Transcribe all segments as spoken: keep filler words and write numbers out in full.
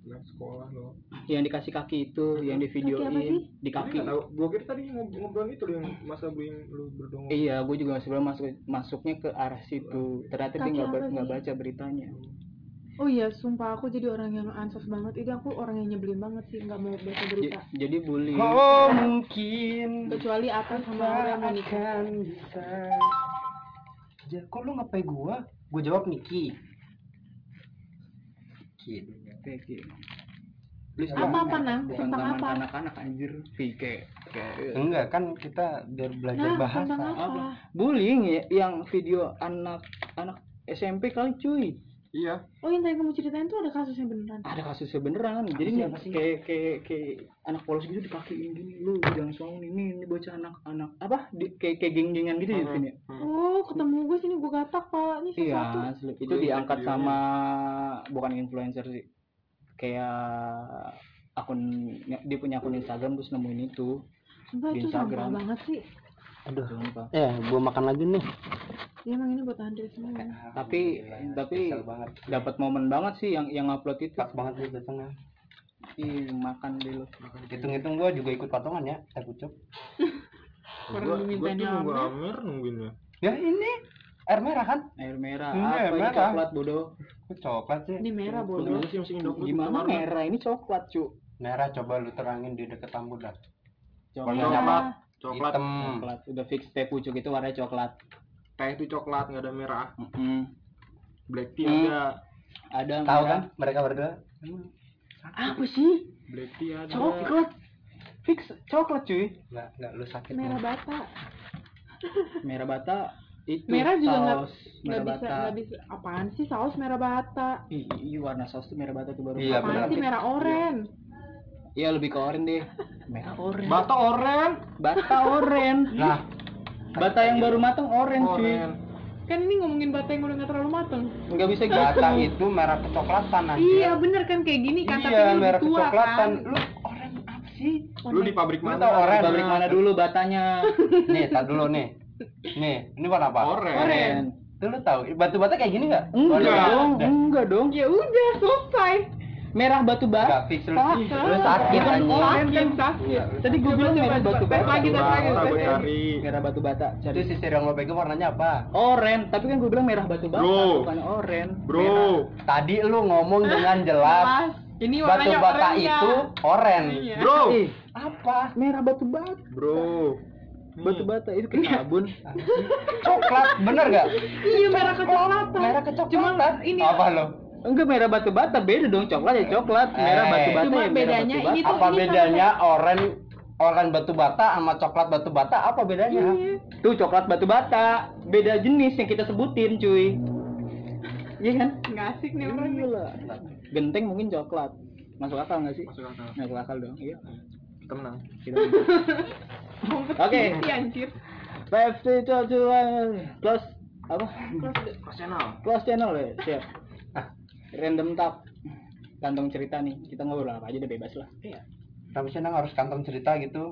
Yang sekolah loh. Yang dikasih kaki itu, yang di videoin di kaki. Gue kira tadi ngobrol itu yang masa bullying lu berdua. Iya, gue juga sebelum masuk masuknya ke arah situ. Ternyata dia nggak nggak baca beritanya. Oh iya, sumpah aku jadi orang yang ansos banget. Itu aku orang yang nyebelin banget sih, nggak mau baca berita. J- jadi bully. Oh mungkin. Kecuali apa sama orang yang nikah. Bisa. Ja, kok lu ngapain gua? Gua jawab Niki. Niki. Niki. Apa-apa nang? Tentang apa? Anak-anak anjir. Kayak kayak enggak kan kita biar belajar nah, bahasa. Apa? apa? Bullying ya, yang video anak anak S M P kali cuy. Iya. Oh yang tadi kamu ceritain tuh ada kasusnya beneran? Ada kasusnya beneran. Jadi nih kayak kayak kayak anak polos gitu dikakiin gini. Lu jangan sombong ini ini bocah anak-anak apa? Di, kayak kayak geng-gengan gitu uh-huh. di sini. Oh ketemu gue sini gue gatak pak. Ini sesuatu. Iya, itu diangkat sama bukan influencer sih. Kayak akun dia punya akun Instagram terus nemuin itu. Sumpah di itu Instagram sampah banget sih. Aduh. Eh, gua makan lagi nih. Ya emang ini buat Andre semua. Tapi tapi dapat momen banget sih yang yang upload itu. Pas banget nih datangnya. Ih, makan dulu. Hitung-hitung gua juga ikut patungan ya, saya ucup. Orang dimintanya Amer nungguinnya. Ya ini air merah kan? Air merah. Ini apa air ini merah. Coklat bodoh. Coklat sih. Ini merah bodoh. Gimana merah? Ini coklat, cu. Merah coba lu terangin di dekat lampu dah. Coklat. Coklat. Hitam. Coklat. Udah fix teh pucuk itu warnanya coklat. Teh itu coklat, nggak ada merah. Mm-hmm. Black tea hmm. ada. Ada. Tahu kan mereka berdua? Apa sih? Black tea ada. Coklat. Fix coklat cuy. Enggak, enggak lu sakit. Merah bata. Merah bata itu. Merah juga nggak nggak bisa nggak bisa. Apaan sih saus merah bata? Iya warna saus tuh merah bata tuh baru. Iya, apaan sih merah oren? Iya lebih ke oren deh. Merah oren. Bata oren. Bata oren. Nah, bata yang baru matang oren cuy. Kan ini ngomongin bata yang udah nggak terlalu matang. Nggak bisa gitu. Bata itu merah kecoklatan aja. Iya bener kan kayak gini kan. Iya tapi merah tua, kecoklatan. kan? Lu oren apa sih? Lu di pabrik mana? Oren. Di pabrik mana dulu batanya? Nih, tar dulu nih. Nih, ini warna apa? Oren. Oren. Tuh lu tahu batu-bata kayak gini enggak? Enggak dong, enggak dong. Ya udah selesai. Merah batu bata. Enggak fix lu. Lu sakit anjing. Sakit, sakit. Tadi gue bilang merah batu bata. Tes lagi, tes lagi, tes lagi. Merah batu bata. Itu sisir yang lo pegang warnanya apa? Oren, tapi kan gue bilang merah batu bata, Bro. bukan oren. Bro. Tadi lu ngomong dengan jelas. Ini Batu warnanya bata oren itu oren. Iya. Bro. Eh, Apa? merah batu bata. Bro. Batu bata itu kayak sabun. Coklat, bener gak? Iya merah kecoklatan. Merah kecoklatan. Cuma ini apa lo? Enggak merah batu bata beda dong, coklat ya coklat, merah Eh, batu bata cuma ya merah bedanya batu bata. ini tuh- Apa bedanya oren oren batu bata sama coklat batu bata? Apa bedanya? Iya. Tuh coklat batu bata, beda jenis yang kita sebutin, cuy. Iya kan? Nggak asik nih orang. Gila. Genteng mungkin coklat. Masuk akal nggak sih? Masuk akal. Masuk akal dong. Iya. Kita menang. Kita menang. Oke. Kompetisi anjir. Five, three, two, two, one. Close apa? Close channel. Close channel ya, siap. Random talk. Kantong cerita nih. Kita ngobrol apa aja udah bebas lah. Iya. Tapi senang harus kantong cerita gitu.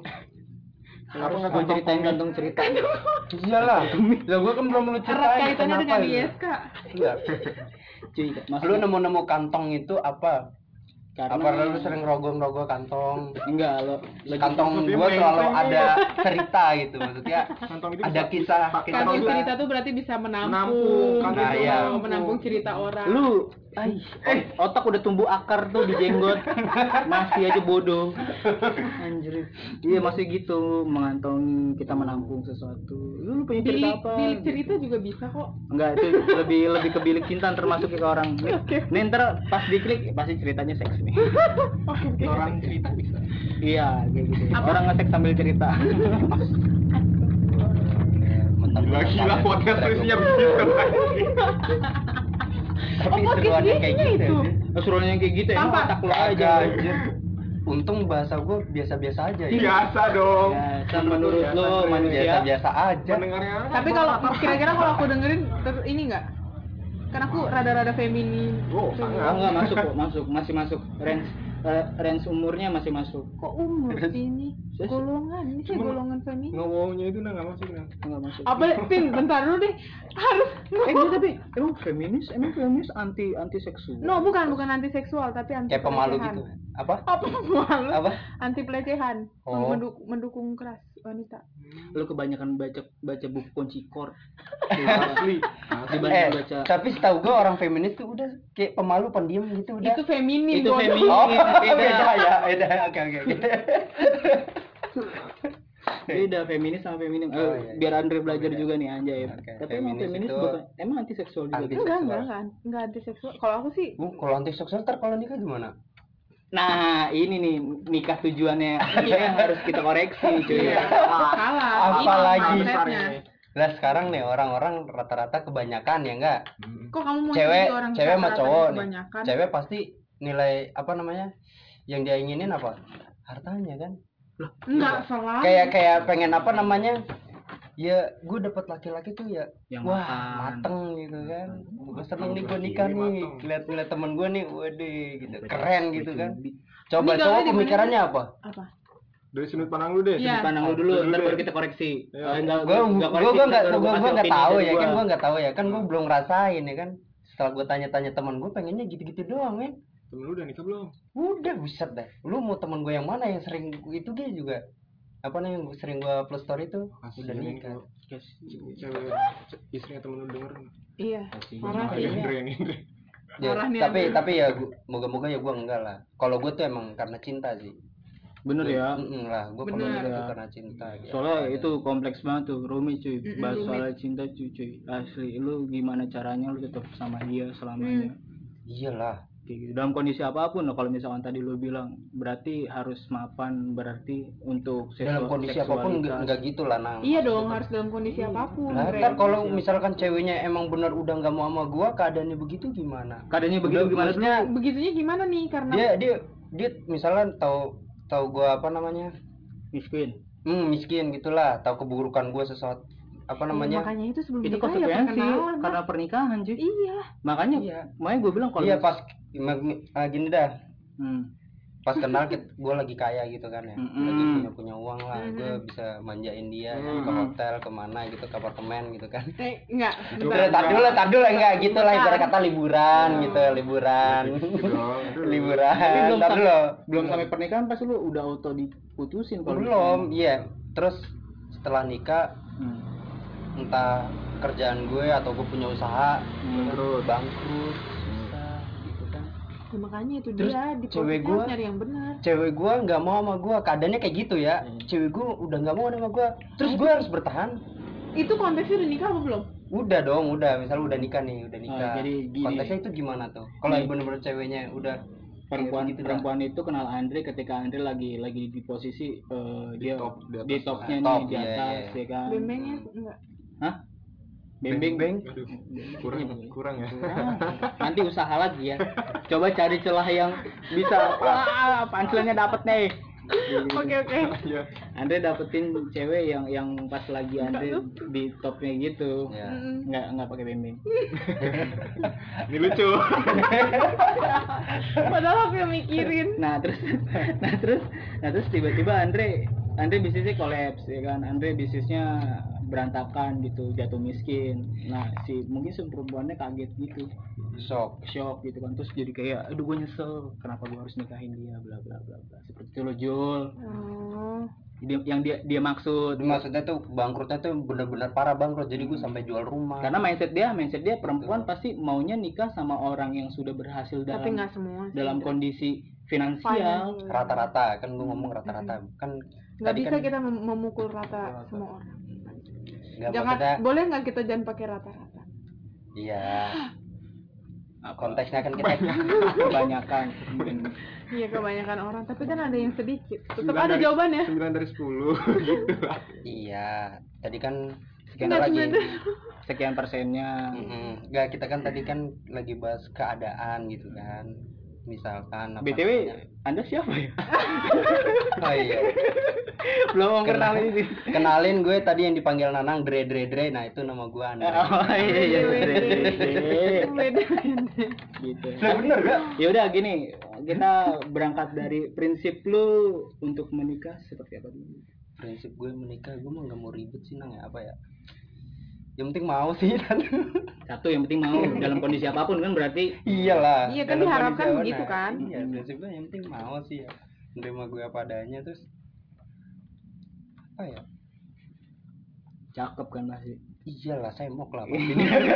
Harus gue ceritain kantong cerita. Iyalah. Ya gua kan belum lu Erat ceritain. kaitannya kenapa dengan itu. I S K. Iya. Cuy, Lu maksudnya nemu-nemu kantong itu apa? karena Apa lu sering rogoh-rogoh kantong? enggak lo Kantong Tapi gua selalu melenceng ada cerita gitu, maksudnya Kantong itu ada bisa- kisah, kisah Kantong kisah. cerita tuh berarti bisa menampung. Menampung, kantong Nah, iya. Oh, menampung cerita orang. lu ay, eh otak udah tumbuh akar tuh di jenggot masih aja bodoh anjir. Iya masih gitu mengantongi kita menampung sesuatu. Lu, lu punya cerita bilik, apa bilik cerita juga bisa kok. enggak itu lebih lebih ke bilik cinta termasuk ke orang nih, nih ntar pas diklik pasti ceritanya seks nih. Orang cerita bisa. Iya kayak gitu orang ngesek sambil cerita. Gila-gila podcast isinya begitu. Tapi Oh, podcast seruannya dia kayak isinya gitu. itu. Kesuruhannya kayak gitu ya Tanpa- otak lu aja Agak anjir. Untung bahasa gua biasa-biasa aja ya. Biasa dong. ya, sama menurut Biasa, lu Andre. manusia Biasa-biasa aja. Pendengarnya. Tapi kalau kira-kira kalau aku dengerin ter- ini enggak? Kan aku rada-rada feminin. Oh, oh, enggak masuk kok masuk masih masuk range eh, range umurnya masih masuk. Kok umur sih ini? Yes. Golongan, ini sih Cuman- golongan feminis. Ngomongnya itu nah nggak masuk nah. Enggak masuk. Apa, Tin, bentar dulu deh. Harus Eh enggak, tapi emang feminis, emang feminis anti anti seksual. No, bukan, bukan anti seksual, tapi anti Kayak pemalu pelecehan. gitu. Apa? Apa pemalu? Apa? Anti pelecehan. Oh. Mendu- mendukung keras wanita. Lu kebanyakan baca baca buku kunci chord Asli. dibanding Eh, baca. tapi setahu gue orang feminis tuh udah kayak pemalu pendiam gitu udah. Itu feminim. Itu bodoh. feminim. Oh, beda. beda ya, beda. Oke oke oke. Beda feminis sama feminim. Eh, Oh, iya, iya. biar Andre belajar juga nih anjay. Oke, Tapi emang feminis feminis itu bukan emang anti seksual juga. anti- gitu? Enggak, seksual. enggak, enggak, enggak anti seksual. Kalau aku sih Bu, kalau anti seksual ntar kalau nikah gimana? Nah, ini nih nikah tujuannya ini yang harus kita koreksi, cuy. iya, Ah, salah. Apalagi. Ini konsepnya. Lah sekarang nih orang-orang rata-rata kebanyakan ya enggak? Kok kamu mau Cewek, jadi orang cewek sama rata-rata cowok nih. kebanyakan? Cewek pasti nilai apa namanya? Yang dia inginin apa? Hartanya kan? Enggak salah. Kayak kayak pengen apa namanya? Ya, gue dapat laki-laki tuh ya, Yang wah makan. mateng gitu kan. Gue seneng nih gue Ini nikah nih, mateng. lihat-lihat temen gue nih, waduh gitu, keren gitu kan. Coba Ini cowok gaulnya di mana pemikirannya apa? Apa? Dari sudut pandang lu deh. Iya. Pandang lu dulu, Dulu ntar deh. baru kita koreksi. Iya. Eh, enggak, Gue enggak gue koreksi, gue nggak baru gue kasih gue nggak opini tahu dari ya gua. kan, gue nggak tahu ya kan, gue belum ngerasain ya kan. Setelah gue tanya-tanya teman gue, pengennya gitu-gitu doang kan. Temen lu udah nikah belum? Udah buset dah. Lu mau temen gue yang mana yang sering itu dia juga apa nih yang sering gue upload story tuh udah Kasian nikah. kalau cewek istrinya temen lu denger. Iya. Kasihan. Parah Ah, sih. yang Indra yang Indra. Ya, Parah nih, tapi Andre. tapi ya gua- moga-moga ya gue enggak lah. Kalau gue tuh emang karena cinta sih. Bener ya. Mm-mm lah, gue Bener. kalau itu Ya. karena cinta. Ya, Soalnya ada. itu kompleks banget tuh, rumit cuy. Mm-mm, Bahas rumit. soal cinta cuy, cuy. Asli, lu gimana caranya lu tetap sama dia selamanya. Iyalah. Kayak gitu. Dalam kondisi apapun, nah, kalau misalkan tadi lu bilang berarti harus mapan, berarti untuk Dalam seksual- kondisi apapun enggak, seksualitas. enggak gitu lah nang. Iya dong, harus dalam kondisi apapun. Nah, Bre. ntar kalau misalkan ceweknya emang bener udah nggak mau sama gua, keadaannya begitu gimana? Keadaannya begitu Udah, gimana? maksudnya Begitunya gimana nih? Karena dia dia dia misalnya tahu tahu gua apa namanya? Miskin. Hmm, miskin gitulah, tahu keburukan gua sesuatu apa Ya, namanya? makanya itu sebelum Itu nikah ya konsekuensi perkenalan lah. karena pernikahan cuy. Iya. Makanya, Iya. makanya gue bilang kalau Iya pas ma- ah, gini dah, Hmm. pas kenal kita, gue lagi kaya gitu kan ya, Mm-mm. lagi punya punya uang lah, gue Mm-mm. bisa manjain dia Mm-mm. ke hotel kemana gitu, ke apartemen gitu kan. Eh, enggak. Itu bentar. Udah, tar dulu, tar dulu enggak gitu lah, Bentar. ibarat kata liburan gitu, liburan, Gitu dong. Aduh. Tapi liburan. belum Tar sam- dulu, belum sampai pernikahan pasti lu udah auto diputusin kalau belum, iya. Terus setelah nikah, Hmm. entah kerjaan gue atau gue punya usaha, Bangkrut. bangkrut, susah gitu kan. Ya, makanya itu Terus dia di cewek posisi gua- harus nyari yang benar. Cewek gue nggak mau sama gue, keadaannya kayak gitu ya. Hmm. Cewek gue udah nggak mau sama gue, terus gue harus bertahan. Itu konteksnya udah nikah apa belum? Udah dong, udah. Misal udah nikah nih, udah nikah. Oh, jadi gini. Konteksnya itu gimana tuh? Kalau Nih. yang bener-bener ceweknya udah perempuan gitu dah. perempuan itu kenal Andre ketika Andre lagi lagi di posisi eh, Di dia top, di atas di lah. topnya Top, nih di iya, atas iya. ya kan. Bembengnya enggak. Hah? Bembeng Beng. Aduh, kurang kurang ya. Kurang. Nanti usaha lagi ya. Coba cari celah yang bisa wah punchline-nya dapet nih. Oke, oke. Iya. Andre dapetin cewek yang yang pas lagi Andre di topnya gitu. Ya. Mm-mm. Nggak nggak pakai bembeng. Ini lucu. Padahal aku yang mikirin. Nah terus, nah terus, nah terus tiba-tiba Andre, Andre bisnisnya kolaps ya kan, Andre bisnisnya berantakan gitu, jatuh miskin. Nah si mungkin si perempuannya kaget gitu, Shock. shock gitu kan, terus jadi kayak, aduh gue nyesel, kenapa gue harus nikahin dia, bla bla bla bla. Seperti itu loh Jul, Oh. dia, yang dia dia maksud. Maksudnya tuh bangkrutnya tuh bener-bener parah bangkrut. Jadi gue sampai jual rumah. Karena mindset dia, mindset dia perempuan pasti maunya nikah sama orang yang sudah berhasil Tapi dalam nggak semua sih. dalam kondisi finansial. Financial. rata-rata kan gue ngomong rata-rata kan. Nggak tadi bisa kan kita mem- memukul rata semua orang. nggak Jangan, maksudnya. boleh nggak kita jangan pakai rata-rata? Iya. Apa? Konteksnya kan kita Kebanyakan. Iya, kebanyakan orang. Tapi kan ada yang sedikit. Tetap Sembilan ada dari- jawabannya. sembilan dari sepuluh gitu lah. iya. Tadi kan Sekian Nggak, lagi. sebenarnya. Sekian persennya. Mm-mm. Nggak, kita kan tadi kan lagi bahas keadaan gitu kan. Misalkan apa B T W, namanya. Anda siapa ya? Oh iya. Belum Kenal- kenal ini. Kenalin gue tadi yang dipanggil Nanang, Dre Dre Dre. Nah, itu nama gue Andre. Oh iya iya. Beda. Gitu. Lah bener gak? Ya udah gini, kita berangkat dari prinsip lu untuk menikah seperti apa dulu? Prinsip gue menikah, gue mah nggak mau ribet sih nang ya, apa ya, yang penting mau sih kan. Satu, yang penting mau dalam kondisi apapun kan berarti. Iyalah. Iya kan dalam diharapkan kondisi begitu mana. kan. Iya, prinsip gue yang penting mau sih ya, menerima gue apa adanya. Terus apa ya, Cakep kan masih. iyalah saya mau lah pasti.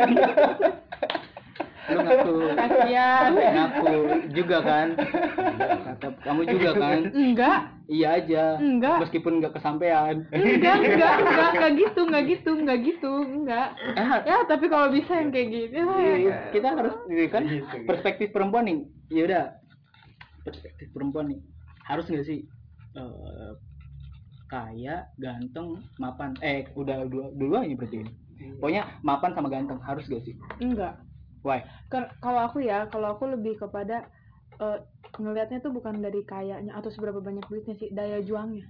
Lu ngaku Kasian. ngaku juga kan. Cakep. Kamu juga kan. Enggak, Iya aja. Enggak. Meskipun nggak kesampaian. enggak, enggak, enggak, enggak gitu, enggak gitu, enggak gitu, enggak. Eh, Ya, tapi kalau bisa yang kayak gitu. Iya, kita harus ini kan Gitu. perspektif perempuan nih. Ya udah, perspektif perempuan nih, harus nggak sih eh, kaya, ganteng, mapan? Eh, udah dua duanya berarti. Pokoknya mapan sama ganteng harus gak sih? Enggak. Why? Kan kalau aku ya, kalau aku lebih kepada eh, ngelihatnya tuh bukan dari kayanya atau seberapa banyak duitnya sih, daya juangnya.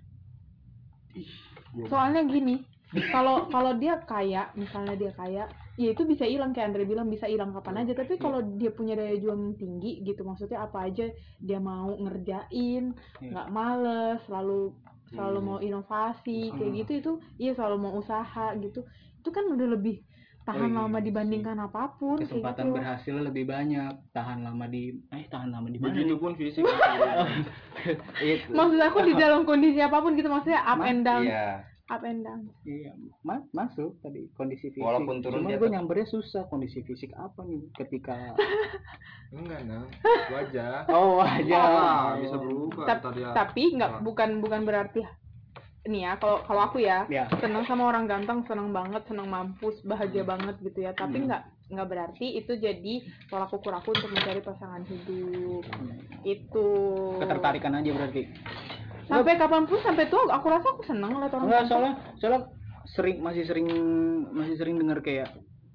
Soalnya gini, kalau kalau dia kaya, misalnya dia kaya, ya itu bisa hilang kayak Andre bilang, bisa hilang kapan aja. Tapi kalau dia punya daya juang yang tinggi gitu, maksudnya apa aja dia mau ngerjain, nggak males, selalu selalu mau inovasi kayak gitu, itu iya selalu mau usaha gitu. Itu kan udah lebih tahan Oh iya lama sih. dibandingkan apapun kayak Kesempatan gitu. berhasil lebih banyak, tahan lama di eh tahan lama di mana? Begitu nih? pun fisik. Itu. Maksud aku di dalam kondisi apapun gitu, maksudnya up Ma- and down, Iya. up and down. Iya, ma- masuk tadi kondisi fisik. Walaupun turun Cuma dia gue tetap- nyambernya susah, kondisi fisik apa nih ketika Enggak, nah. Wajah. oh aja Ah, bisa berubah Tap- ntar dia. tapi nggak Nah. bukan bukan berarti nih ya, kalau kalau aku ya ya. senang sama orang ganteng, senang banget, senang mampus, bahagia banget gitu ya, tapi Hmm. nggak nggak berarti itu jadi tolak ukur aku untuk mencari pasangan hidup. Itu Ketertarikan aja berarti. sampai kapanpun, sampai tua aku rasa aku senang lihat orang Enggak, ganteng. soalnya soalnya sering masih sering masih sering dengar kayak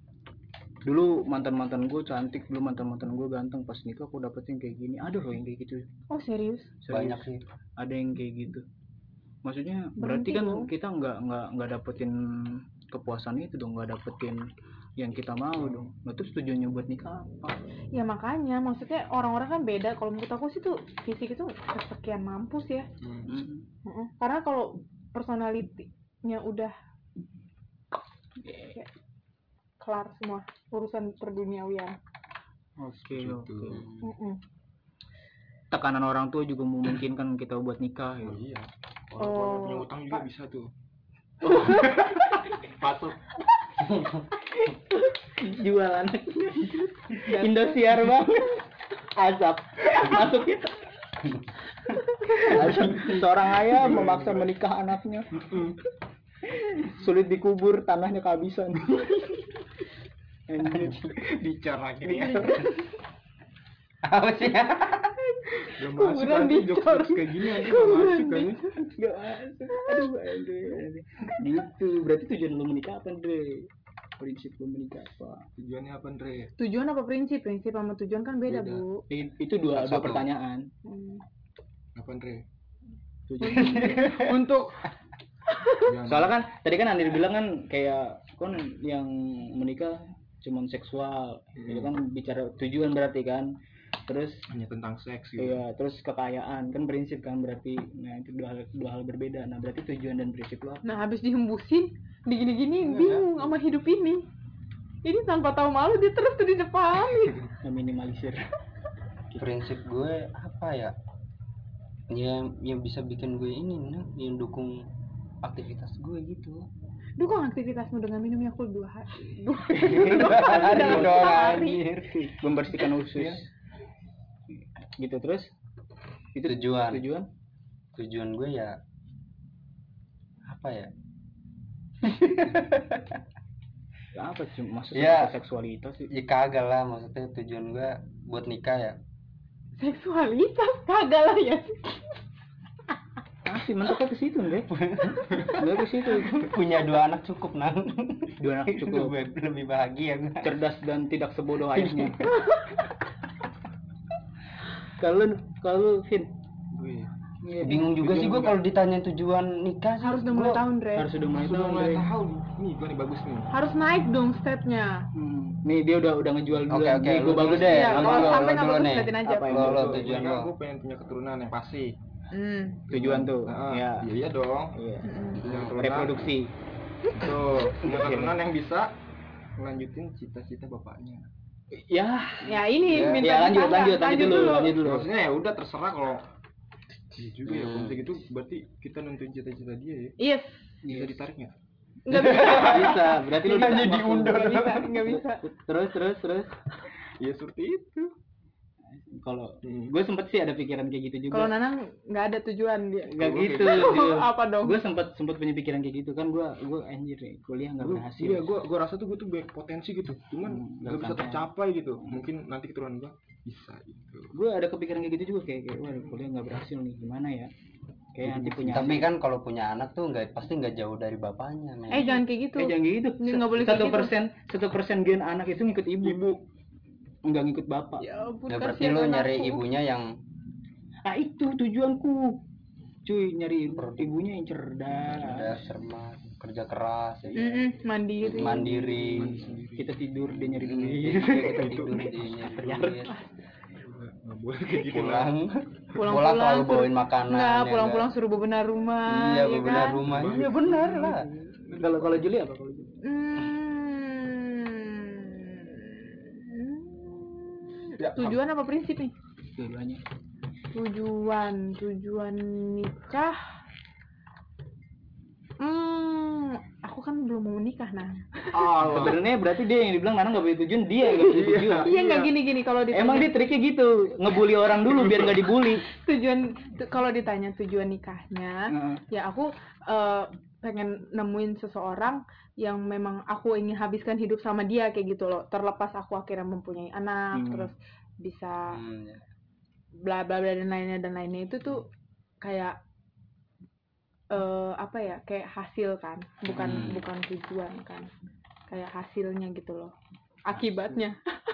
dulu mantan mantan gue cantik, dulu mantan mantan gue ganteng, pas nikah aku dapetin kayak gini. Ada loh yang kayak gitu. Oh serius? Serius. Banyak sih. Ada yang kayak gitu. Maksudnya Berhenti berarti kan dong. kita nggak nggak nggak dapetin kepuasan itu dong, nggak dapetin yang kita mau dong. Nah, terus tujuannya buat nikah apa? Ya makanya maksudnya orang-orang kan beda. Kalau menurut aku sih tuh fisik itu kesekian mampus ya. Hmm. Hmm. Heeh. Karena kalau personality-nya udah kayak kelar semua urusan perduniawian. Oke Gitu. oke. Heeh. Tekanan orang tua juga memungkinkan kita buat nikah Oh ya. iya. Orang tua Oh, punya utang juga Pak. bisa tuh. Patut. Jualan Indosiar banget. Azab masuknya. Azab. Seorang ayah memaksa menikah anaknya. Sulit dikubur, tanahnya kehabisan. Anjir. Dicorak ini ya. Apa sih? Gak masuk Kuburan nanti dicor. jokes kayak gini nanti gak masuk kayaknya. Gak masuk. Aduh, aduh, aduh. Gitu. Berarti tujuan lu menikah apa, Andre? Prinsip lu menikah apa? Tujuannya apa, Andre? Tujuan apa prinsip? Prinsip sama tujuan kan beda, Beda. Bu. I- Itu dua, dua Satu. pertanyaan. Hmm. Apa, Andre? Tujuan. Untuk Jangan- Soalnya kan tadi kan Andir bilang kan kayak kan yang menikah cuman seksual, itu kan bicara tujuan berarti kan. Terus hanya tentang seks gitu. iya, terus kekayaan kan prinsip kan berarti. Nah, itu dua hal dua hal berbeda. Nah, berarti tujuan dan prinsip lu apa? nah habis dihembusin, digini-gini Enggak, bingung sama hidup ini. Ini tanpa tahu malu dia terus tuh di depan. Meminimalisir. Prinsip gue apa ya? Ya yang bisa bikin gue ini nah, yang dukung aktivitas gue gitu. Dukung aktivitasmu dengan minum Yakult dua hari. Dua Hari dalam dong, sehari. anjir. Membersihkan usus. Gitu terus itu Tujuan. tujuan Tujuan gue ya apa ya? apa sih maksudnya Ya. apa seksualitas sih? Ya kagak lah, maksudnya tujuan gue buat nikah ya. Seksualitas kagak lah ya. Masih mentoknya ke situ deh. Enggak ke situ. Punya dua anak cukup nang. Dua anak cukup. lebih, lebih bahagia gue. Cerdas dan tidak sebodoh ayahnya. Kalau kalau Vin Gue Bingung juga sih gue kalau ditanya tujuan nikah sih. Harus udah mulai Gua- tahun, Dre. Harus udah mulai Sudah tahun, mulai Dre. tahu nih, gua nih bagus nih. Harus naik dong stepnya. Hmm. Nih dia udah udah ngejual dulu. Oke, oke, Nih, lu gua dulu bagus deh. Iya, lu kalau dulu, sampai lu nggak dulu bagus nih. liatin aja. Apa yang Lo, lo, Tuh, tujuan nikah lo. gua pengen punya keturunan yang pasti. Hmm. Tujuan tuh. Nah, Ya. iya, iya dong. Iya. Mm-mm. Punya keturunan. Reproduksi. Tuh, punya keturunan yang bisa melanjutin cita-cita bapaknya. Ya. Ya ini Ya, minta Ya lanjut ditanya. lanjut lanjut dulu, lanjut dulu. Maksudnya ya udah terserah kalau iya juga ya, Hmm. kalau misalnya gitu berarti kita nentuin cita-cita dia ya. Yes. Bisa ditarik nggak? Nggak bisa. Bisa, berarti lu Hanya bisa. diundur. Nggak bisa. Nggak bisa. Terus terus terus. Ya seperti itu. Kalau Hmm. gue sempet sih ada pikiran kayak gitu juga. Kalau Nanang nggak ada tujuan dia. Nggak Gua gitu. kayak Apa dong? Gue sempet sempet punya pikiran kayak gitu kan. Gue gue anjir nih kuliah nggak Gua- berhasil. Iya, gua gua rasa tuh gua tuh banyak potensi gitu. Cuman Hmm, nggak nggak bisa sampai. tercapai gitu. Mungkin nanti keturunan gua bisa gitu. Gue ada kepikiran kayak gitu juga kayak kayak waduh kuliah nggak berhasil nih gimana ya. Kayak nanti punya. Tapi kan kalau punya anak tuh nggak pasti nggak jauh dari bapaknya. Men. Eh jangan kayak gitu. Eh jangan gitu. Nggak boleh kayak Satu gitu. persen satu persen gen anak itu ngikut ibu. Ibu. Nggak ngikut bapak. Ya ampun, Ya berarti kasihan lo nyari anakku. ibunya yang Ah itu tujuanku. Cuy nyari ibu- ibunya yang cerdas. udah cermat, kerja keras, ya. Mm-mm, mandiri. mandiri. Kita tidur dia nyari duit. Kita tidur di duit. Nggak boleh kayak gitu lah. Pulang, Pulang-pulang pulang selalu suruh- bawain makanan. Nggak, ya pulang-pulang nggak? suruh bebenah rumah. Iya, ya benar kan? rumah. Iya benar lah. Kalau kalau Juli apa kalau Juli? Hmm. Ya, Tujuan apa prinsip nih? Dua-duanya. Tujuan, tujuan nikah. Hmm, aku kan belum mau nikah nah. Allah. Sebenarnya berarti dia yang dibilang Nana nggak punya tujuan, dia yang nggak punya Iya. tujuan. Iya nggak gini-gini kalau ditanya. Emang dia triknya gitu, ngebully orang dulu biar nggak dibully. tujuan tu- kalau ditanya tujuan nikahnya, Heeh. ya aku eh, pengen nemuin seseorang yang memang aku ingin habiskan hidup sama dia kayak gitu loh. Terlepas aku akhirnya mempunyai anak, Hmm. terus bisa Hmm, ya. bla bla bla dan lainnya dan lainnya itu tuh kayak eh apa ya, kayak hasil kan, bukan Hmm. bukan tujuan kan, kayak hasilnya gitu loh, akibatnya.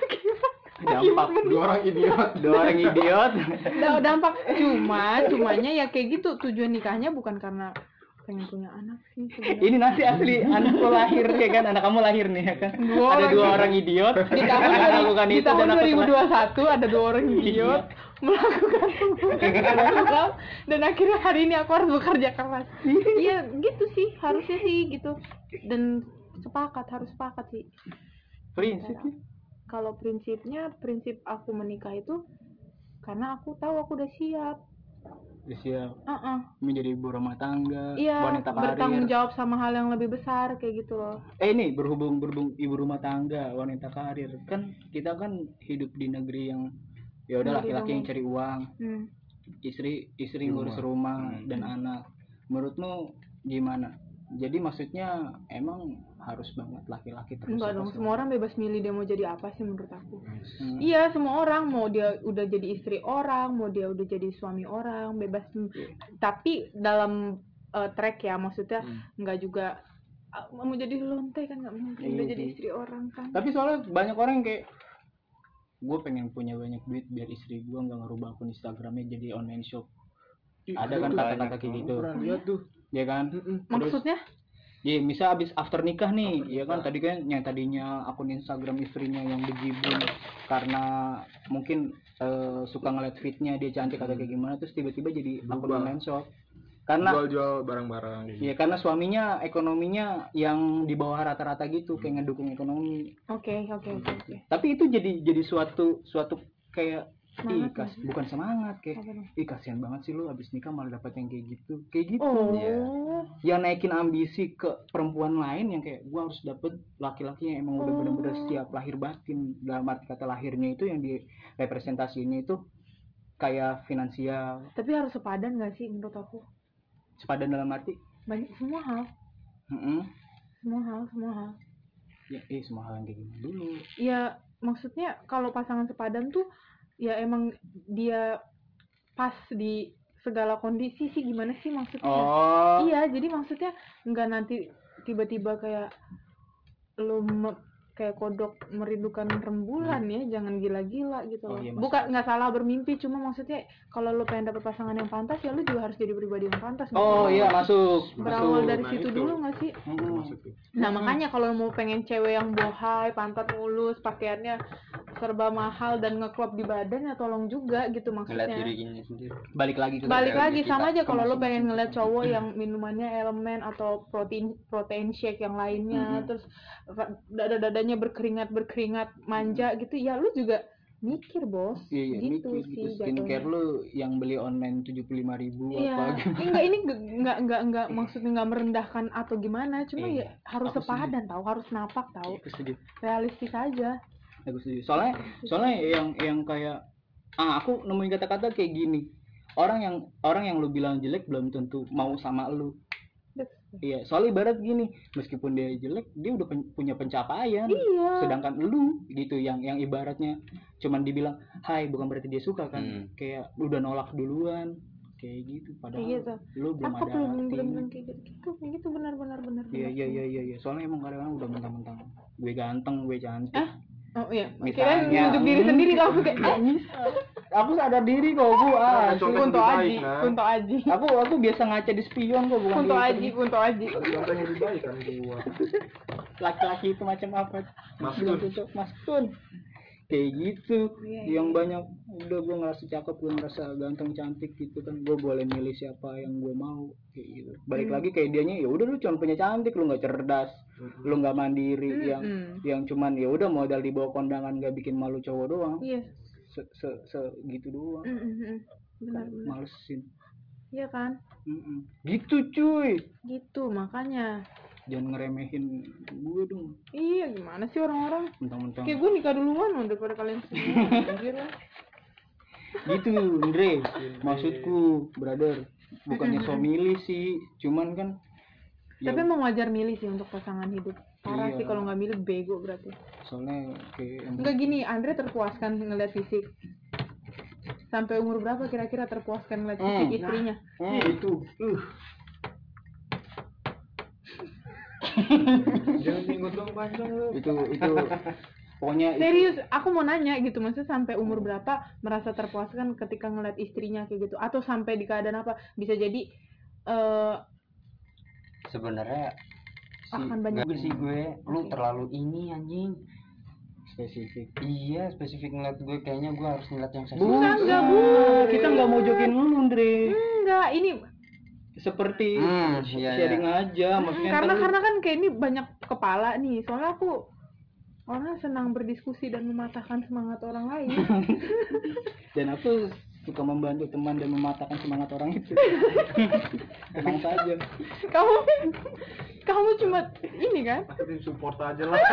Dampak Dua orang idiot. dua orang idiot. Da- dampak cuma cumanya ya kayak gitu, tujuan nikahnya bukan karena pengen punya anak sih sebenarnya. Ini nanti asli anak lo lahir ya kan, anak kamu lahir nih ya kan. Dua Ada orang- dua orang idiot di tahun yang melakukan di itu tahun dan aku dua ribu telah- dua puluh satu ada dua orang idiot melakukan melakukan dan akhirnya hari ini aku harus bekerja keras. Iya gitu sih, harusnya sih gitu, dan sepakat, harus sepakat sih. prinsipnya. Kalau prinsipnya, prinsip aku menikah itu karena aku tahu aku udah siap. Udah siap Uh-uh. menjadi ibu rumah tangga, Iya, wanita bertanggung karir. jawab sama hal yang lebih besar kayak gitu loh. Eh ini berhubung berhubung ibu rumah tangga, wanita karir. Kan kita kan hidup di negeri yang ya udah Negeri laki-laki yang dongeng. cari uang, Hmm. istri istri Di ngurus rumah. rumah dan anak. Menurutmu gimana? Jadi maksudnya emang harus banget laki-laki terus Enggak apa dong, sih? semua orang bebas milih dia mau jadi apa sih menurut aku. Hmm. Iya, semua orang mau dia udah jadi istri orang, mau dia udah jadi suami orang, bebas. Tapi dalam eh, track ya, maksudnya Hmm. nggak juga ah, mau jadi lonte kan nggak mungkin Iya udah sih. jadi istri orang kan. Tapi soalnya banyak orang yang kayak gue pengen punya banyak duit biar istri gue nggak ngerubah akun Instagramnya jadi online shop. Ih, Ada kan itu kata-kata banyak. kayak Gua gitu. pernah lihat tuh. Ya kan? Mm-mm. Maksudnya? Ya, misal abis after nikah nih, After ya kan nikah. tadi kan yang tadinya akun Instagram istrinya yang bejibun karena mungkin eh, suka ngeliat fitnya dia cantik atau kayak gimana, terus tiba-tiba jadi akun Berubah. online shop. Karena Jual-jual barang-barang gitu. ya karena suaminya ekonominya yang di bawah rata-rata gitu, kayak ngedukung ekonomi. Oke, oke, oke, oke. Tapi itu jadi jadi suatu suatu kayak ih, Semangat kas, nggak? bukan semangat kayak Apa dong? ih kasihan banget sih lu abis nikah malah dapet yang kayak gitu kayak gitu. Oh, Yang naikin ambisi ke perempuan lain yang kayak gua harus dapet laki-laki yang emang udah Oh. bener-bener siap lahir batin. Dalam arti kata lahirnya itu yang direpresentasinya itu kayak finansial, tapi harus sepadan nggak sih menurut aku? sepadan dalam arti Banyak semua hal, heeh, semua hal, semua hal. ya eh semua hal yang kayak gini dulu. Ya maksudnya kalau pasangan sepadan tuh ya emang dia pas di segala kondisi sih, gimana sih maksudnya? Oh Iya, jadi maksudnya nggak nanti tiba-tiba kayak lu me- kayak kodok merindukan rembulan ya, jangan gila-gila gitu Oh, loh. iya, Bukan nggak salah bermimpi, cuma maksudnya kalau lu pengen dapet pasangan yang pantas ya lu juga harus jadi pribadi yang pantas. Oh gitu. iya, masuk. Berawal Masuk. dari Nah, situ itu. dulu nggak sih? Hmm. Maksudnya. Nah makanya kalau mau pengen cewek yang bohai, pantat mulus, pakaiannya serba mahal dan ngeklop di badan ya tolong juga gitu ngeliat maksudnya. diri ini sendiri. Balik lagi ke Balik Kita- lagi sama aja kalau lo masing-masing pengen ngeliat kita. cowok yang minumannya elemen atau protein protein shake yang lainnya, Mm-mm. terus ra- dada-dadanya berkeringat berkeringat manja gitu, ya lu juga mikir bos. Iya, iya, gitu mikir sih gitu. Skincare jatuhnya. lu yang beli online tujuh puluh lima ribu Iya, apa gimana? enggak ini nggak nggak nggak nggak maksudnya nggak merendahkan atau gimana, cuma Iya, ya harus aku sepadan tahu, harus napak tahu, Aku setuju. realistis aja. Aku setuju. Soalnya soalnya yang yang kayak ah aku nemuin kata-kata kayak gini. Orang yang orang yang lu bilang jelek belum tentu mau sama lu. Iya, soalnya ibarat gini, meskipun dia jelek, dia udah pen- punya pencapaian. Iya. Sedangkan lu gitu yang yang ibaratnya cuman dibilang, "Hai," bukan berarti dia suka kan. Hmm. Kayak udah nolak duluan. Kayak gitu padahal Kayak gitu. lu belum Aku ada belum artinya. belum belum kayak gitu, gitu, kayak gitu benar benar benar. Iya benar. iya iya iya iya. Soalnya emang kadang-kadang udah mentang-mentang gue ganteng, gue cantik. Ah? Oh iya, Misalnya. kirain nunjuk diri sendiri kamu kayak Nggak bisa. Aku sadar diri kok, Bu. Ah, Ada contoh Kunto lebih Aji, baik, nah. Kunto Aji, aku aku biasa ngaca di spion kok, bukan Kunto di Aji, Kunto Aji. Contoh yang lebih baik kan gua. laki-laki itu macam apa? Mas Bilang Kun. gitu, Mas Kun. Kayak gitu. Iya, Yang iya. banyak udah gue ngerasa cakep, gue ngerasa ganteng cantik gitu kan, gue boleh milih siapa yang gue mau kayak gitu. Balik Hmm. lagi kayak dianya, ya udah lu cuma punya cantik, lu nggak cerdas, lu nggak mandiri, yang Mm-mm. yang cuman ya udah modal di bawah kondangan, nggak bikin malu cowok doang. Iya. Se, se, se gitu doang. Mm-mm. Benar Kayak benar. malesin. Iya kan? Mm-mm. Gitu cuy, Gitu makanya. jangan ngeremehin gue dong, Iya gimana sih orang-orang? mentang-mentang Kayak gue nikah duluan loh daripada kalian semua. Anjir lah. gitu Andre. Maksudku brother, bukannya so milih sih, cuman kan ya, Tapi emang wajar milih sih untuk pasangan hidup. Parah Iya. sih kalau nggak milih bego berarti. soalnya kayak Enggak gini, Andre terpuaskan ngeliat fisik. Sampai umur berapa kira-kira terpuaskan ngeliat fisik Hmm. istrinya? Hmm. Itu. Uh. Jangan minggu dong panjang lu. itu itu pokoknya itu, Serius, aku mau nanya gitu, maksudnya sampai umur berapa merasa terpuaskan ketika ngeliat istrinya kayak gitu, atau sampai di keadaan apa? Bisa jadi eh Sebenarnya si akan banyak. nggak sih gue, lu Oke. terlalu ini anjing. spesifik. Iya, spesifik ngeliat gue, kayaknya gue harus ngeliat yang seksi. Enggak, enggak, Bu. Kita nggak mau jokin lu Andre, Enggak, ini seperti Hmm, iya, sharing iya. aja, maksudnya karena ntar lu- karena kan kayak ini banyak kepala nih. Soalnya aku orangnya senang berdiskusi dan mematahkan semangat orang lain. dan aku suka membantu teman dan mematahkan semangat orang itu. Emang saja. kamu kamu cuma ini kan? Aku tim support aja lah.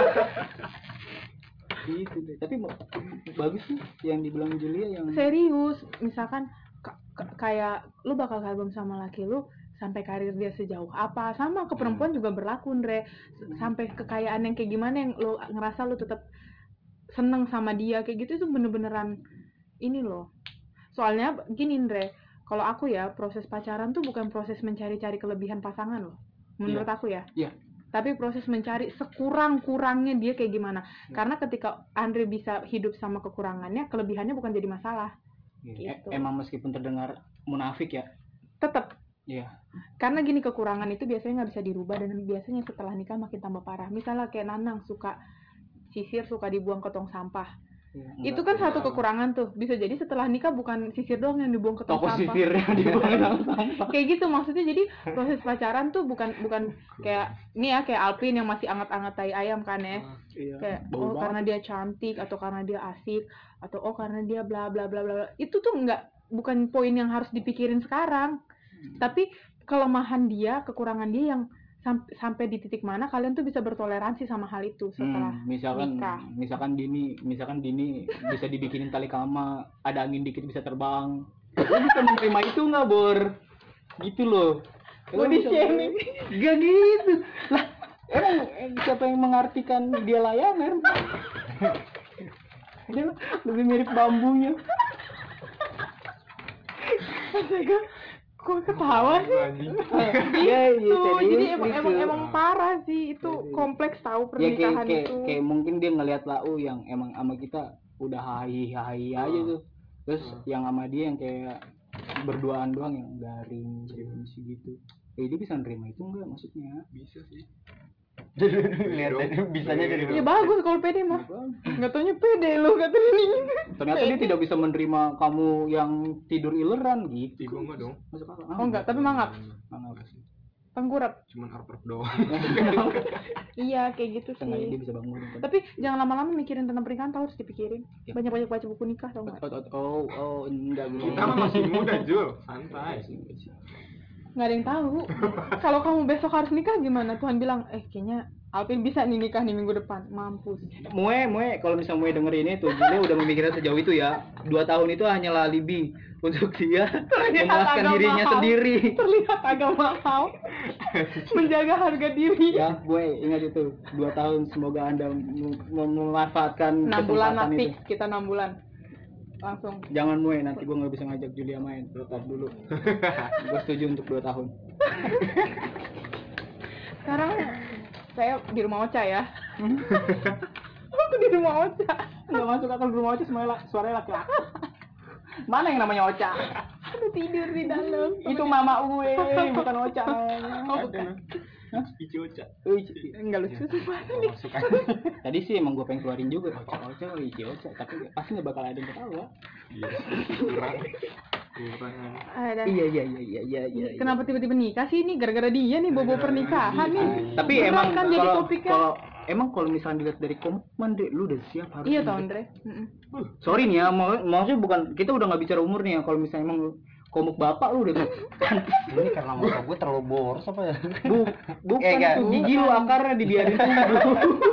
Gitu deh. Tapi mau- bagus sih yang dibilang Julia yang Serius, misalkan ka- ka- kayak lu bakal kagum sama laki lu sampai karir dia sejauh apa, sama ke perempuan juga berlaku Andre. S- sampai kekayaan yang kayak gimana yang lu ngerasa lu tetap seneng sama dia kayak gitu, itu bener-beneran ini loh. Soalnya gini Andre, kalau aku ya proses pacaran tuh bukan proses mencari-cari kelebihan pasangan loh, menurut Iya. aku ya. Iya. Tapi proses mencari sekurang-kurangnya dia kayak gimana. Karena ketika Andre bisa hidup sama kekurangannya, kelebihannya bukan jadi masalah. E- Gitu. emang meskipun terdengar munafik ya. Tetap. Iya. Karena gini, kekurangan itu biasanya nggak bisa dirubah, dan biasanya setelah nikah makin tambah parah. Misalnya kayak Nanang suka sisir, suka dibuang ke tong sampah. Iya, Itu enggak. kan satu kekurangan tuh. Bisa jadi setelah nikah bukan sisir doang yang dibuang ke tong toko sampah. sisirnya dibuang dalam sampah. Kayak gitu maksudnya. Jadi proses pacaran tuh bukan bukan kayak ini ya, kayak Alpin yang masih anget-anget tai ayam kan ya. Iya. Kayak Bau oh banget. karena dia cantik, atau karena dia asik, atau oh karena dia bla bla bla bla bla. Itu tuh nggak, bukan poin yang harus dipikirin sekarang. Tapi kelemahan dia, kekurangan dia yang sam- sampai di titik mana kalian tuh bisa bertoleransi sama hal itu setelah Hmm, misalkan nikah. misalkan Dini misalkan Dini bisa dibikinin tali kama, ada angin dikit bisa terbang. Lu bisa menerima itu nggak, Bor? Gitu loh. Lu Body bisa- shaming. Nggak gitu lah, emang eh, siapa yang mengartikan dia layangan? Dia lebih mirip bambunya. Astaga. Kok ketawa sih? Anjing. Iya, iya, Tuh, serius, jadi emang gitu. emang emang parah sih itu Serius. kompleks tahu Ya kayak pernikahan kayak itu. kayak mungkin dia ngelihat lau yang emang sama kita udah hai hai aja tuh. Terus Hmm. yang sama dia yang kayak berduaan doang yang garing sih gitu. Eh dia bisa nerima itu enggak maksudnya? Bisa sih. Lihat tadi bisanya dari Ya bagus kalau pede mah. Nggak taunya pede lu kata ini. Ternyata dia tidak bisa menerima kamu yang tidur ileran gitu. Ibu enggak dong. Masuk akal. Oh enggak, tapi mangap. Mangap. Enggak sih. Tengkurap. Cuman arep doang. Iya kayak gitu Setengahnya dia sih. bisa bangun. Tapi jangan lama-lama mikirin tentang pernikahan, tahu harus dipikirin. Ya. Banyak-banyak baca buku nikah tau nggak? Oh, oh, oh, oh, enggak gitu. Kita mah masih muda, Jul. Santai. Nggak ada yang tahu. Kalau kamu besok harus nikah gimana? Tuhan bilang, eh kayaknya Alvin bisa nih nikah nih minggu depan. Mampus. Mue, Mue, kalau misalnya Mue denger ini tuh, dia udah memikirkan sejauh itu ya. Dua tahun itu hanyalah alibi untuk dia memuaskan agak dirinya mahal. sendiri. Terlihat agak mahal. Menjaga harga diri. Ya, Mue, ingat itu. Dua tahun, semoga Anda mem- mem- memanfaatkan enam bulan kesempatan nanti itu. kita enam bulan. Langsung. Jangan Mue, nanti gue nggak bisa ngajak Julia main. Tetap dulu. Gue setuju untuk dua tahun. Sekarang saya di rumah Ocha ya. Aku di rumah Ocha. Nggak masuk akal di rumah Ocha, semuanya la- suaranya laki-laki. Mana yang namanya Ocha? Aduh tidur di dalam. Itu mama gue, bukan Ocha. Oh, bukan. Ici Ocha. Uy, Enggak lucu sih. Masuk aja. tadi sih emang gue pengen keluarin juga Ocha Ocha, oh Ichi Ocha, tapi pasti nggak bakal ada yang ketawa. Iya. Kurang. Kurang. Ada. Iya iya iya iya iya. iya. Kenapa tiba-tiba nikah sih ini? Gara-gara dia nih bobo pernikahan nih. Tapi Beneran emang kan jadi kalau topiknya. kalau emang kalau misalnya dilihat dari komitmen deh, lu udah siap harus. Iya ini, toh Dek. Andre. Mm-mm. Sorry nih ya, mau maksudnya bukan kita udah nggak bicara umur nih ya. Kalau misalnya emang lu komuk bapak lu udah ini karena motor gue terlalu boros apa ya? bu bukan Eh, enggak. tuh gigi lu akarnya dibiarin tumbuh.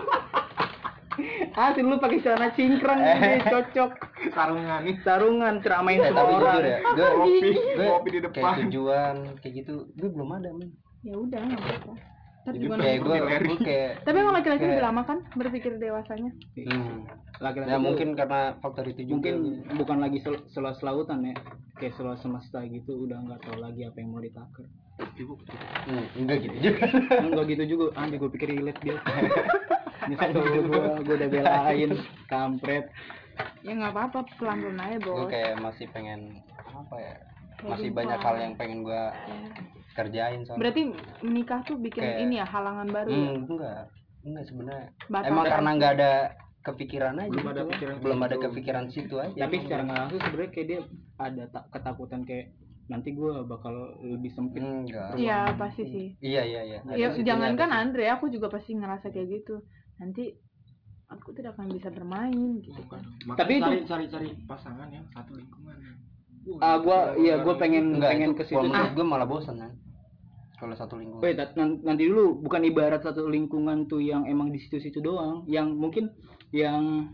Asli lu pakai celana cingkrang Eh. gitu, cocok. Sarungan. Sarungan ceramain Eh, sama tapi orang. jujur ya, gue Kopi, gue kopi di kayak depan. tujuan kayak gitu, gue belum ada men. Ya udah nggak apa-apa. Tapi Jadi gimana? kayak gue, Larry. gue kayak. Tapi emang laki-laki kayak- lebih lama kan berpikir dewasanya. Hmm. Laki-laki Ya tuh mungkin karena faktor itu juga. mungkin bukan lagi sel seluas lautan ya, kayak seluas semesta gitu, udah nggak tahu lagi apa yang mau ditaker. Hmm, enggak gitu juga. Enggak gitu juga, anjir gue pikir relate dia. Nyesel gue, gue udah belain, kampret. Ya nggak apa-apa, pelan-pelan aja Gue bos. kayak masih pengen apa ya? Kayak Masih gitu. banyak hal yang pengen gue Ya. kerjain soalnya. Berarti menikah tuh bikin Kayak- ini ya halangan baru ya. Hmm, enggak. Enggak sebenarnya. Batasan. Emang karena nggak ada kepikiran aja. Belum ada gitu. pikiran Belum gitu. ada kepikiran situ aja. Tapi secara nggak langsung sebenarnya kayak dia ada tak ketakutan kayak nanti gue bakal lebih sempit. Enggak. Iya pasti sih. Iya iya iya. Ya, Ada situ, jangankan ada situ. Andre, aku juga pasti ngerasa kayak gitu. Nanti aku tidak akan bisa bermain gitu kan. Tapi itu- cari cari cari pasangan yang satu lingkungan. Ah gua iya gua pengen Enggak, pengen itu ke situ. kalau menurut Ah, gue malah bosan kan. Kalau satu lingkungan. wait, tat- nan- nanti dulu bukan ibarat satu lingkungan tuh yang emang di situ-situ doang, yang mungkin yang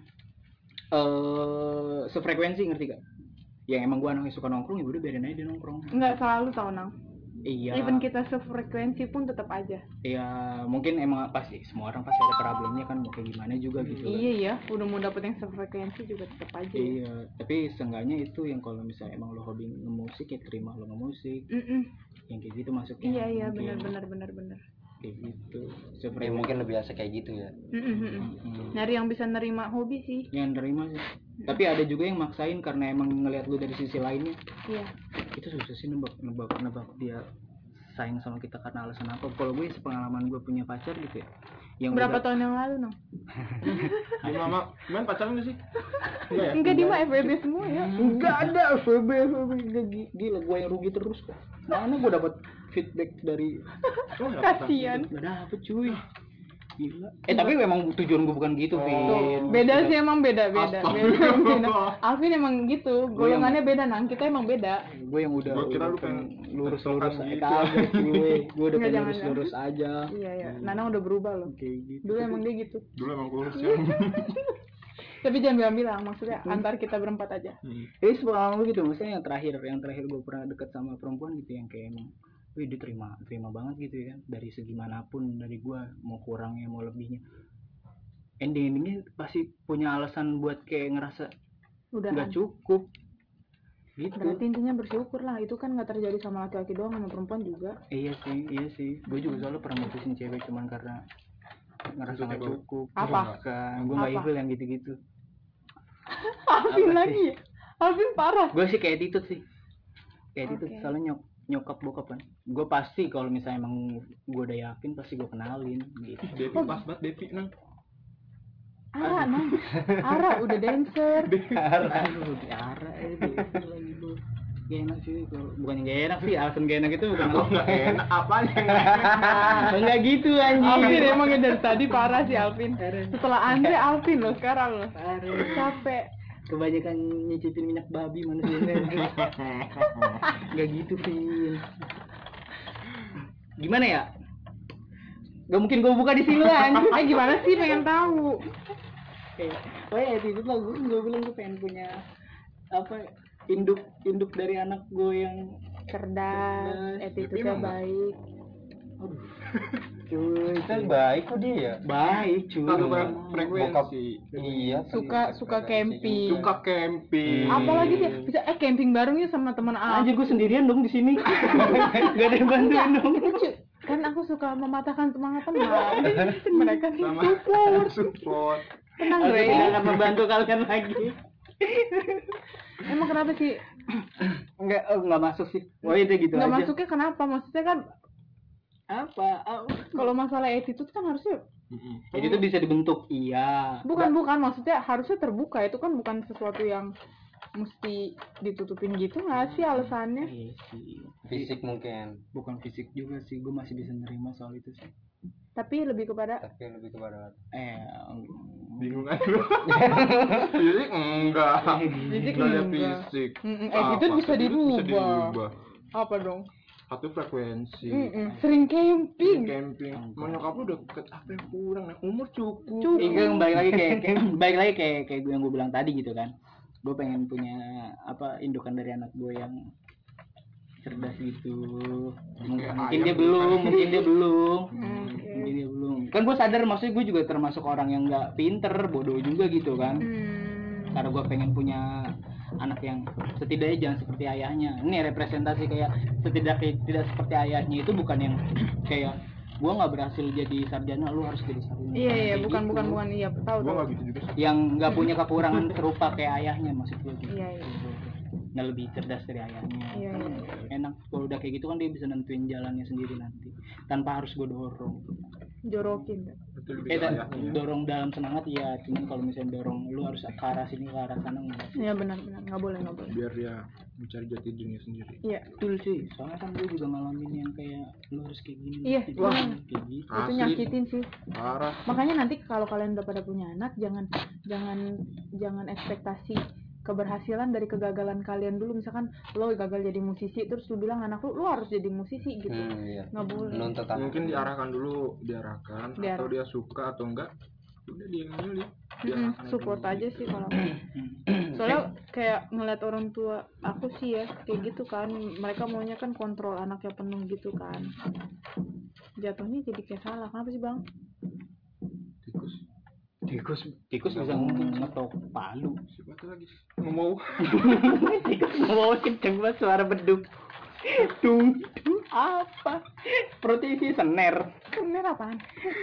eh sefrekuensi, ngerti gak? Yang emang gua anaknya suka nongkrong, ya udah biarin aja dia nongkrong. Nggak selalu tau Nang. Iya. Even kita sefrekuensi pun tetap aja. Iya, mungkin emang pasti semua orang pasti ada problemnya kan, mau kayak gimana juga gitu. kan. Iya ya, udah mau dapet yang sefrekuensi juga tetap aja. Ya. Iya, tapi seenggaknya itu yang kalau misalnya emang lo hobi ngemusik ya terima lo ngemusik, Mm-mm. yang kayak gitu masuknya. Iya iya Mungkin benar-benar benar-benar. kayak gitu. Ya Sefrekuensi. mungkin lebih asik kayak gitu ya. Mm-mm. Hmm. Nyari yang bisa nerima hobi sih. Yang nerima sih. Tapi ada juga yang maksain karena emang ngelihat lu dari sisi lainnya. Iya. Itu susah sih nebak nebak nebak dia sayang sama kita karena alasan apa. Kalau gue sepengalaman gue punya pacar gitu ya. Yang Berapa udah- tahun yang lalu Nang? Di mama, main pacaran gak sih? Enggak ya? Enggak, dia mah F W B semua ya. Enggak ada F W B, F W B Gila, gila gue yang rugi terus kok. Mana gue dapat feedback dari Oh, nggak pernah. Kasian. nggak dapet cuy. Gila. Eh tapi memang tujuan gue bukan gitu, Oh. Vin. Beda sih emang beda beda. beda, beda. Alvin emang gitu, Gua yang- golongannya beda Nang. Kita emang beda. Gue yang udah Gua kira udah lu pengen lurus-lurus tektokan aja gitu. kagak cuy. Gue udah Nggak, pengen jangan, lurus-lurus aja. Iya ya, Nanang udah berubah loh. Kayak gitu. Dulu emang dia gitu. Dulu emang kurus ya. Tapi jangan bilang-bilang, maksudnya antar kita berempat aja. Hmm. Jadi sepengalaman gue gitu, maksudnya yang terakhir, yang terakhir gue pernah deket sama perempuan gitu yang kayak emang, wih dia terima, terima banget gitu ya, dari segi manapun dari gue, mau kurangnya mau lebihnya. Ending-endingnya pasti punya alasan buat kayak ngerasa Udah. nggak cukup. Gitu. Berarti intinya bersyukur lah, itu kan nggak terjadi sama laki-laki doang, sama perempuan juga. Iya sih, iya sih. Gue juga selalu pernah mutusin cewek cuman karena ngerasa Maksudnya nggak apa? cukup. Apa? Bukan, gue nggak Apa? evil yang gitu-gitu. Alvin Apa lagi ya? Alvin parah. Gue sih kayak attitude sih. Kayak attitude Oke. selalu nyok nyokap bokap kan. Gue pasti kalau misalnya emang gue udah yakin pasti gue kenalin gitu. Depi pas banget Depi nang. Ara, nang. Ara udah dancer. Aduh, Ara itu lagi bu. Gak enak sih, kalau bukan gak enak sih, alasan gak enak itu bukan Kok nggak enak? Apaan yang nggak enak? enggak gitu anjing. Alvin emangnya dari tadi parah sih Alvin. Setelah Andre Alvin loh sekarang loh. Parah. Capek. Kebanyakan nyicipin minyak babi manusianya. Gak gitu Vin. Gimana ya? Gak mungkin gue buka di sini lah anjing. Eh gimana sih, pengen tahu. Kayak, oh ya itu lah gue gue bilang gue pengen punya apa induk induk dari anak gue yang Cerdas, Cerdas. attitude-nya Tapi emang baik. aduh cuy Kan baik kok dia ya. baik cuy. Satu Bokap. frekuensi. Iya. Suka suka camping. Suka camping. Apalagi dia bisa eh camping bareng ya sama teman aku. Anjir gue sendirian dong di sini. Gak ada yang bantuin dong. Lucu. Kan aku suka mematahkan semangat teman. Mereka sih Sama support. support. Tenang Aku Ray. tidak akan membantu kalian lagi. Emang kenapa sih? Enggak, oh, enggak masuk sih. Oh itu gitu Nggak aja. masuknya kenapa? Maksudnya kan Apa? Oh. kalau masalah attitude kan harusnya Jadi itu bisa dibentuk, iya. bukan bukan maksudnya harusnya terbuka, itu kan bukan sesuatu yang mesti ditutupin gitu nggak sih alasannya? Iya sih. Fisik mungkin, Bukan fisik juga sih, gue masih bisa nerima soal itu sih. Tapi lebih kepada tapi lebih kepada Eh, Bingung aja lu. Fisik enggak. Fisik Enggak ada enggak. fisik. Mm-mm, Apa? attitude bisa Attitude dirubah. dirubah. apa dong? Satu frekuensi. Mm-mm, Sering camping. Camping. Mau nyokap lu deket apa yang kurang? Nah, umur cukup. Cukup. Iya, balik lagi kayak, kayak balik lagi kayak kayak gue yang gue bilang tadi gitu kan. Gue pengen punya apa indukan dari anak gue yang cerdas gitu. Mungkin, Kayak mungkin ayam dia gitu belum, kan. mungkin dia belum. Oke. Mungkin dia belum. Kan gue sadar maksudnya gue juga termasuk orang yang nggak pinter, bodoh juga gitu kan. Hmm. Karena gue pengen punya anak yang setidaknya jangan seperti ayahnya. Ini representasi kayak setidaknya tidak seperti ayahnya itu bukan yang kayak gua nggak berhasil jadi sarjana lu harus jadi sarjana. Iya iya Kayak bukan gitu. bukan bukan iya tahu Gua tahu. nggak gitu juga sih. Yang nggak punya kekurangan serupa kayak ayahnya maksud gua gitu. Iya iya. Nah lebih cerdas dari ayahnya. Iya, Kan iya. enak kalau udah kayak gitu kan dia bisa nentuin jalannya sendiri nanti tanpa harus gua dorong. Jorokin. Itu lebih Eh ke dan ayahnya. dorong dalam semangat ya, cuman kalau misalnya dorong lu harus ke arah sini ke arah sana enggak. Iya benar benar nggak boleh nggak boleh. Biar dia mencari jati dirinya sendiri. Iya. Betul sih, soalnya kan gue juga ngalamin yang kayak lu harus kayak gini. Iya, kayak wah. gini, kayak gitu. Itu Asli. nyakitin sih. Parah. Makanya nanti kalau kalian udah pada punya anak jangan jangan jangan ekspektasi keberhasilan dari kegagalan kalian dulu. Misalkan lo gagal jadi musisi terus lu bilang anak lu lu harus jadi musisi gitu. hmm, iya. Nggak boleh. Menuntut anak. Mungkin diarahkan dulu, diarahkan Diarah- atau dia suka atau enggak. Udah dia yang milih. Mm-mm, Diarahkan support dulu. aja sih kalau aku. Soalnya kayak ngeliat orang tua aku sih ya kayak gitu kan, mereka maunya kan kontrol anaknya penuh gitu kan, jatuhnya jadi kayak salah. Kenapa sih bang? Tikus. Tikus, tikus bisa ngetok palu. Siapa tuh lagi? Mau Tikus mau kenceng banget suara beduk. Tung, tung, apa? Seperti isi sener. Bener apaan?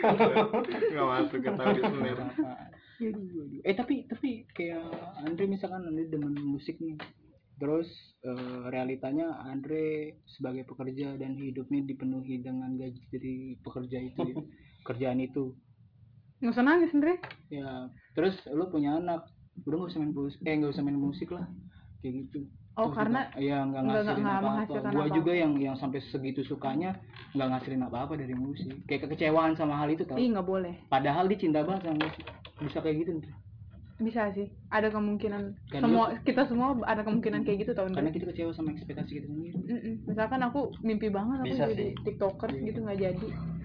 nggak masuk ke tahu di sener. Aduh, aduh. Eh tapi tapi kayak Andre misalkan Andre demen musik nih. Terus eh, realitanya Andre sebagai pekerja dan hidupnya dipenuhi dengan gaji dari pekerja itu ya. Kerjaan itu. Nggak usah nangis Andre. Ya, terus lu punya anak. Udah nggak usah main musik, eh nggak usah main musik lah. Kayak gitu. Oh, Terus karena juga, ya nggak nggak- ngasilin nggak- nggak apa-apa. menghasilkan Gua apa-apa. juga yang yang sampai segitu sukanya nggak ngasilin apa-apa dari musik. Kayak kekecewaan sama hal itu tau. Ih nggak boleh. Padahal dia cinta banget sama musik. Bisa kayak gitu Ndre. Bisa sih. Ada kemungkinan. Kan Semua kita semua ada kemungkinan kayak gitu tau Karena Andre. kita kecewa sama ekspektasi kita sendiri. Mm-mm. Misalkan aku mimpi banget aku Bisa jadi sih. tiktokers gitu nggak jadi.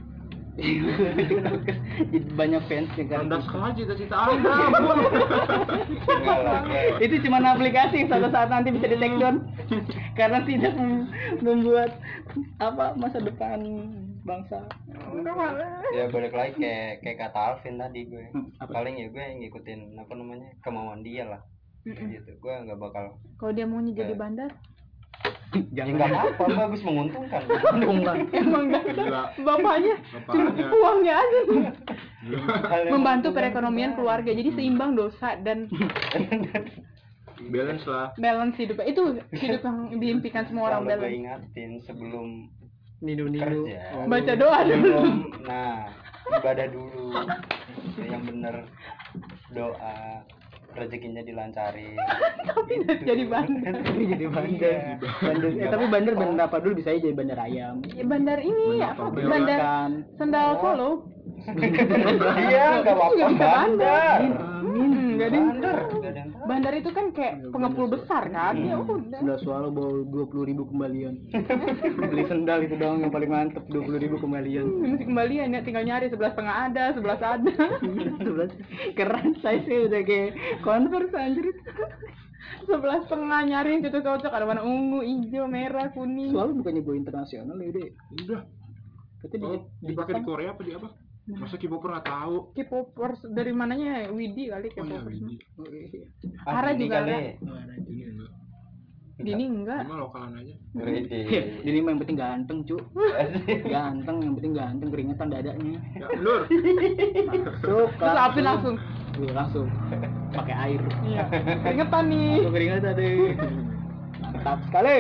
Jadi banyak fans yang kan. Anda sekali cita-cita Anda, Bun. Enggak lah, enggak. Itu cuma aplikasi yang suatu saat nanti bisa di take down karena tidak mem- membuat apa masa depan bangsa. Ya balik lagi kayak kayak kata Alvin tadi gue. Hmm, apa? Paling ya gue ngikutin apa namanya kemauan dia lah. Mm-mm. gitu. Gue nggak bakal. Kalau dia maunya jadi Eh. bandar, Ya nggak apa-apa, bagus, menguntungkan. Menguntungkan. emang gak Gila. bapaknya cuma Bapaknya. uangnya aja nih. Gila. Hal yang Membantu menguntungkan perekonomian gimana? keluarga, jadi seimbang dosa dan Balance lah. balance hidupnya. Itu hidup yang diimpikan semua orang, Selalu gue balance. ingatin sebelum Nidu-nidu. kerja. Oh. Baca doa dulu. Sebelum, nah ibadah dulu yang bener, doa rezekinya dilancarin. Tapi jadi bandar. Jadi bandar. Iya. Bandar. Eh, tapi bandar bandar apa dulu, bisa aja jadi bandar ayam. Ya, bandar ini Bandar apa? tobel. Bandar Ikan. sendal polo. Iya, nggak Itu juga apa-apa, bisa bandar. bandar. Hmm, nggak ada yang Bandar, tahu. nggak ada yang tahu. Bandar itu kan kayak pengepul besar kan? Ya udah. Sendal swallow bawa dua puluh ribu kembalian. Beli sendal itu doang yang paling mantep, dua puluh ribu kembalian. Mesti kembalian ya, tinggal nyari sebelah setengah ada, sebelah ada. Sebelas keren, saya sih udah kayak converse anjir. Sebelah setengah nyari yang cocok-cocok, ada warna ungu, hijau, merah, kuning. Soalnya bukannya gue internasional ya deh. Udah. Kata di, Oh, di dipakai di Jepang. Korea apa di apa? Masa K-popper nggak tahu? K-popers dari mananya? Widi kali Oh iya, K-popers. ini. Oh, iya. Ah, Ara ini juga kali. ada. Ini enggak. Dini enggak. Ini mah lokalan aja. Wede. Ini mah yang penting ganteng, cu. Ganteng, yang penting ganteng, keringetan dadanya. Ya, mundur. Masuk, Terus api langsung. Iya, langsung. Pakai air. Iya. Keringetan nih. Langsung keringetan deh. Mantap sekali.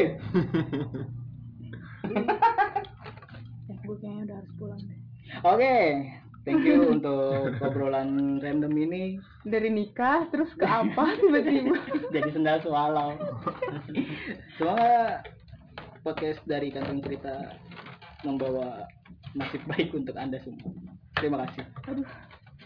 Ya, gue kayaknya udah harus pulang deh. Oke, thank you untuk obrolan random ini. Dari nikah terus ke apa tiba-tiba? Jadi sendal swallow. Semoga podcast dari Kantong Cerita membawa nasib baik untuk Anda semua. Terima kasih. Aduh.